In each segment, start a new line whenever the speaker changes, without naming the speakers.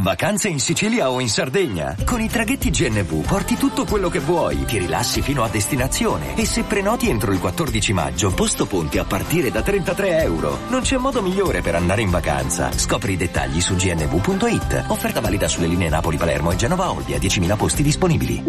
Vacanze in Sicilia o in Sardegna? Con i traghetti GNV porti tutto quello che vuoi, ti rilassi fino a destinazione e se prenoti entro il 14 maggio, posto ponti a partire da €33. Non c'è modo migliore per andare in vacanza. Scopri i dettagli su gnv.it. Offerta valida sulle linee Napoli-Palermo e Genova-Olbia, 10.000 posti disponibili.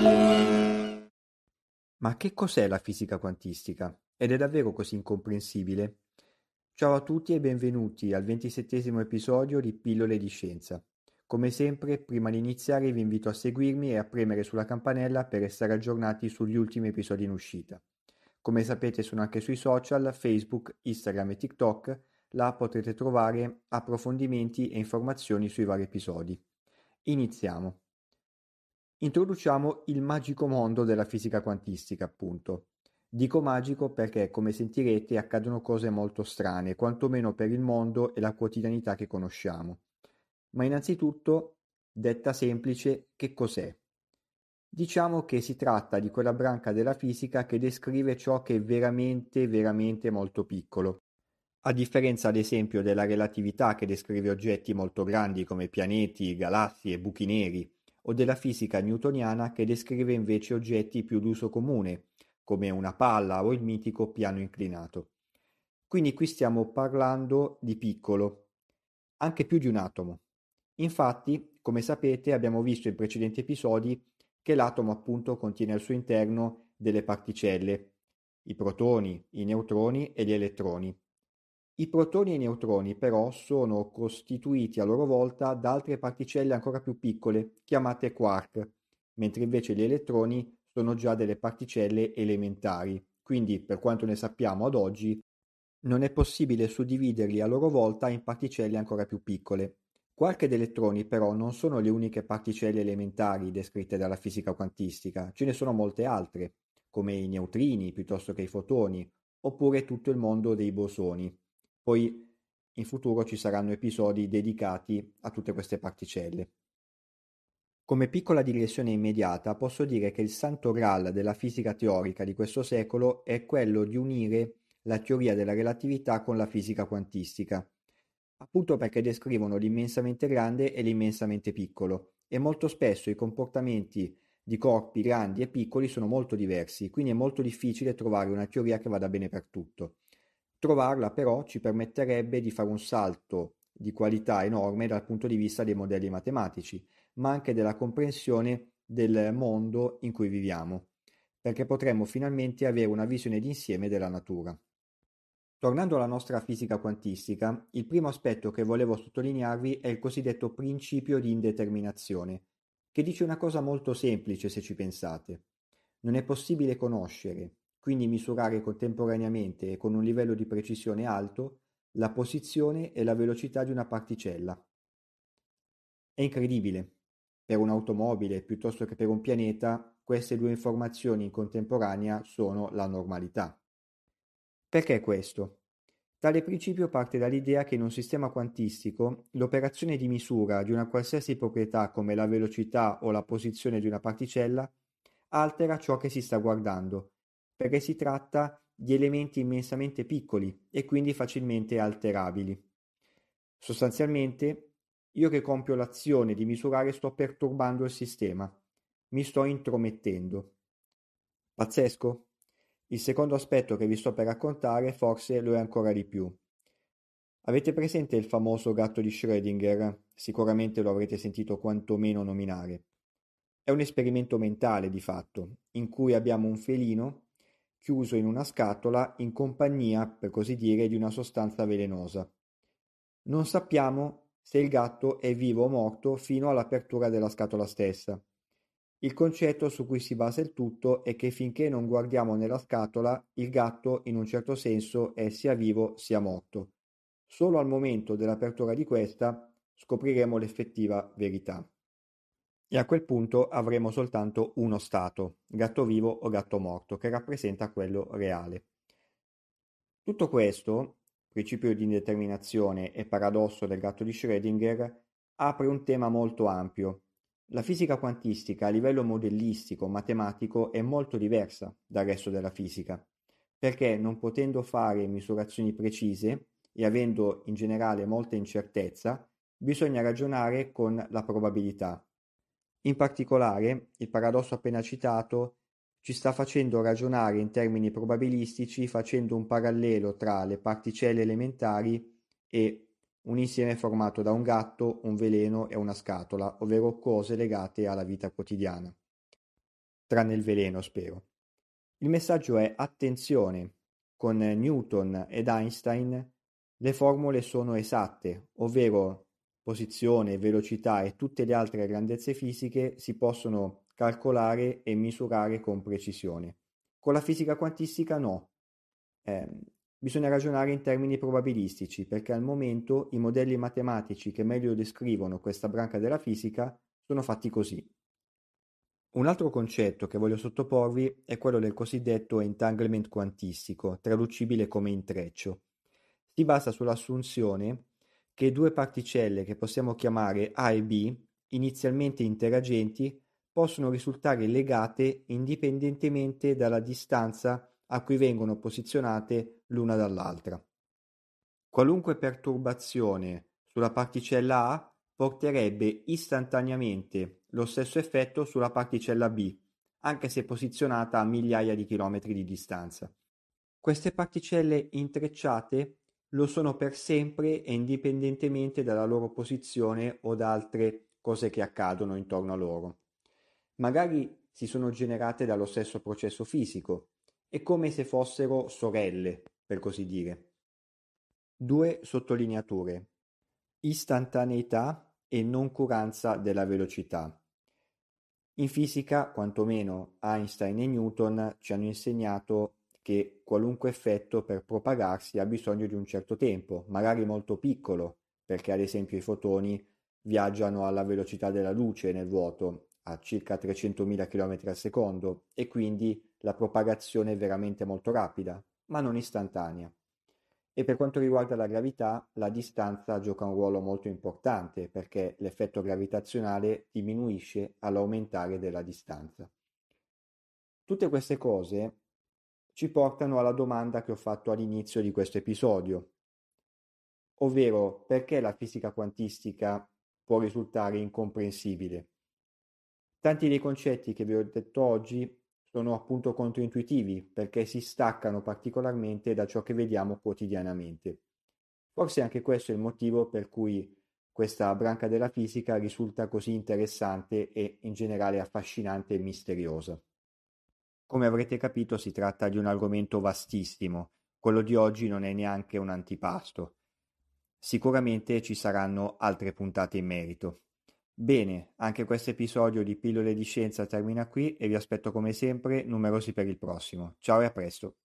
Ma che cos'è la fisica quantistica? Ed è davvero così incomprensibile? Ciao a tutti e benvenuti al 27° episodio di Pillole di Scienza. Come sempre, prima di iniziare vi invito a seguirmi e a premere sulla campanella per restare aggiornati sugli ultimi episodi in uscita. Come sapete sono anche sui social, Facebook, Instagram e TikTok, là potrete trovare approfondimenti e informazioni sui vari episodi. Iniziamo. Introduciamo il magico mondo della fisica quantistica, appunto. Dico magico perché, come sentirete, accadono cose molto strane, quantomeno per il mondo e la quotidianità che conosciamo. Ma innanzitutto, detta semplice, che cos'è? Diciamo che si tratta di quella branca della fisica che descrive ciò che è veramente, veramente molto piccolo. A differenza ad esempio della relatività che descrive oggetti molto grandi come pianeti, galassie, buchi neri, o della fisica newtoniana che descrive invece oggetti più d'uso comune, come una palla o il mitico piano inclinato. Quindi qui stiamo parlando di piccolo, anche più di un atomo. Infatti, come sapete, abbiamo visto in precedenti episodi che l'atomo appunto contiene al suo interno delle particelle, i protoni, i neutroni e gli elettroni. I protoni e i neutroni però sono costituiti a loro volta da altre particelle ancora più piccole, chiamate quark, mentre invece gli elettroni sono già delle particelle elementari, quindi per quanto ne sappiamo ad oggi non è possibile suddividerli a loro volta in particelle ancora più piccole. Quark ed elettroni però non sono le uniche particelle elementari descritte dalla fisica quantistica, ce ne sono molte altre, come i neutrini piuttosto che i fotoni, oppure tutto il mondo dei bosoni. Poi in futuro ci saranno episodi dedicati a tutte queste particelle. Come piccola digressione immediata posso dire che il santo graal della fisica teorica di questo secolo è quello di unire la teoria della relatività con la fisica quantistica, appunto perché descrivono l'immensamente grande e l'immensamente piccolo, e molto spesso i comportamenti di corpi grandi e piccoli sono molto diversi, quindi è molto difficile trovare una teoria che vada bene per tutto. Trovarla però ci permetterebbe di fare un salto di qualità enorme dal punto di vista dei modelli matematici, ma anche della comprensione del mondo in cui viviamo, perché potremmo finalmente avere una visione d'insieme della natura. Tornando alla nostra fisica quantistica, il primo aspetto che volevo sottolinearvi è il cosiddetto principio di indeterminazione, che dice una cosa molto semplice se ci pensate. Non è possibile conoscere, quindi misurare contemporaneamente e con un livello di precisione alto, la posizione e la velocità di una particella. È incredibile. Per un'automobile piuttosto che per un pianeta, queste due informazioni in contemporanea sono la normalità. Perché questo? Tale principio parte dall'idea che in un sistema quantistico l'operazione di misura di una qualsiasi proprietà come la velocità o la posizione di una particella altera ciò che si sta guardando, perché si tratta di elementi immensamente piccoli e quindi facilmente alterabili. Sostanzialmente, io che compio l'azione di misurare sto perturbando il sistema, mi sto intromettendo. Pazzesco? Il secondo aspetto che vi sto per raccontare forse lo è ancora di più. Avete presente il famoso gatto di Schrödinger? Sicuramente lo avrete sentito quantomeno nominare. È un esperimento mentale di fatto, in cui abbiamo un felino chiuso in una scatola in compagnia, per così dire, di una sostanza velenosa. Non sappiamo se il gatto è vivo o morto fino all'apertura della scatola stessa. Il concetto su cui si basa il tutto è che finché non guardiamo nella scatola, il gatto in un certo senso è sia vivo sia morto. Solo al momento dell'apertura di questa scopriremo l'effettiva verità. E a quel punto avremo soltanto uno stato, gatto vivo o gatto morto, che rappresenta quello reale. Tutto questo, principio di indeterminazione e paradosso del gatto di Schrödinger, apre un tema molto ampio. La fisica quantistica a livello modellistico, matematico, è molto diversa dal resto della fisica, perché non potendo fare misurazioni precise e avendo in generale molta incertezza, bisogna ragionare con la probabilità. In particolare, il paradosso appena citato ci sta facendo ragionare in termini probabilistici facendo un parallelo tra le particelle elementari e un insieme formato da un gatto, un veleno e una scatola, ovvero cose legate alla vita quotidiana. Tranne il veleno, spero. Il messaggio è attenzione, con Newton ed Einstein le formule sono esatte, ovvero posizione, velocità e tutte le altre grandezze fisiche si possono calcolare e misurare con precisione. Con la fisica quantistica no. Eh, Bisogna ragionare in termini probabilistici perché al momento i modelli matematici che meglio descrivono questa branca della fisica sono fatti così. Un altro concetto che voglio sottoporvi è quello del cosiddetto entanglement quantistico, traducibile come intreccio. Si basa sull'assunzione che due particelle che possiamo chiamare A e B, inizialmente interagenti, possono risultare legate indipendentemente dalla distanza a cui vengono posizionate l'una dall'altra. Qualunque perturbazione sulla particella A porterebbe istantaneamente lo stesso effetto sulla particella B, anche se posizionata a migliaia di chilometri di distanza. Queste particelle intrecciate lo sono per sempre e indipendentemente dalla loro posizione o da altre cose che accadono intorno a loro. Magari si sono generate dallo stesso processo fisico, è come se fossero sorelle, per così dire. Due sottolineature: istantaneità e noncuranza della velocità. In fisica, quantomeno Einstein e Newton ci hanno insegnato che qualunque effetto per propagarsi ha bisogno di un certo tempo, magari molto piccolo, perché ad esempio i fotoni viaggiano alla velocità della luce nel vuoto, a circa 300.000 km al secondo, e quindi la propagazione è veramente molto rapida, ma non istantanea. E per quanto riguarda la gravità, la distanza gioca un ruolo molto importante perché l'effetto gravitazionale diminuisce all'aumentare della distanza. Tutte queste cose ci portano alla domanda che ho fatto all'inizio di questo episodio, ovvero perché la fisica quantistica può risultare incomprensibile. Tanti dei concetti che vi ho detto oggi sono appunto controintuitivi perché si staccano particolarmente da ciò che vediamo quotidianamente. Forse anche questo è il motivo per cui questa branca della fisica risulta così interessante e in generale affascinante e misteriosa. Come avrete capito, si tratta di un argomento vastissimo, quello di oggi non è neanche un antipasto. Sicuramente ci saranno altre puntate in merito. Bene, anche questo episodio di Pillole di Scienza termina qui e vi aspetto come sempre numerosi per il prossimo. Ciao e a presto!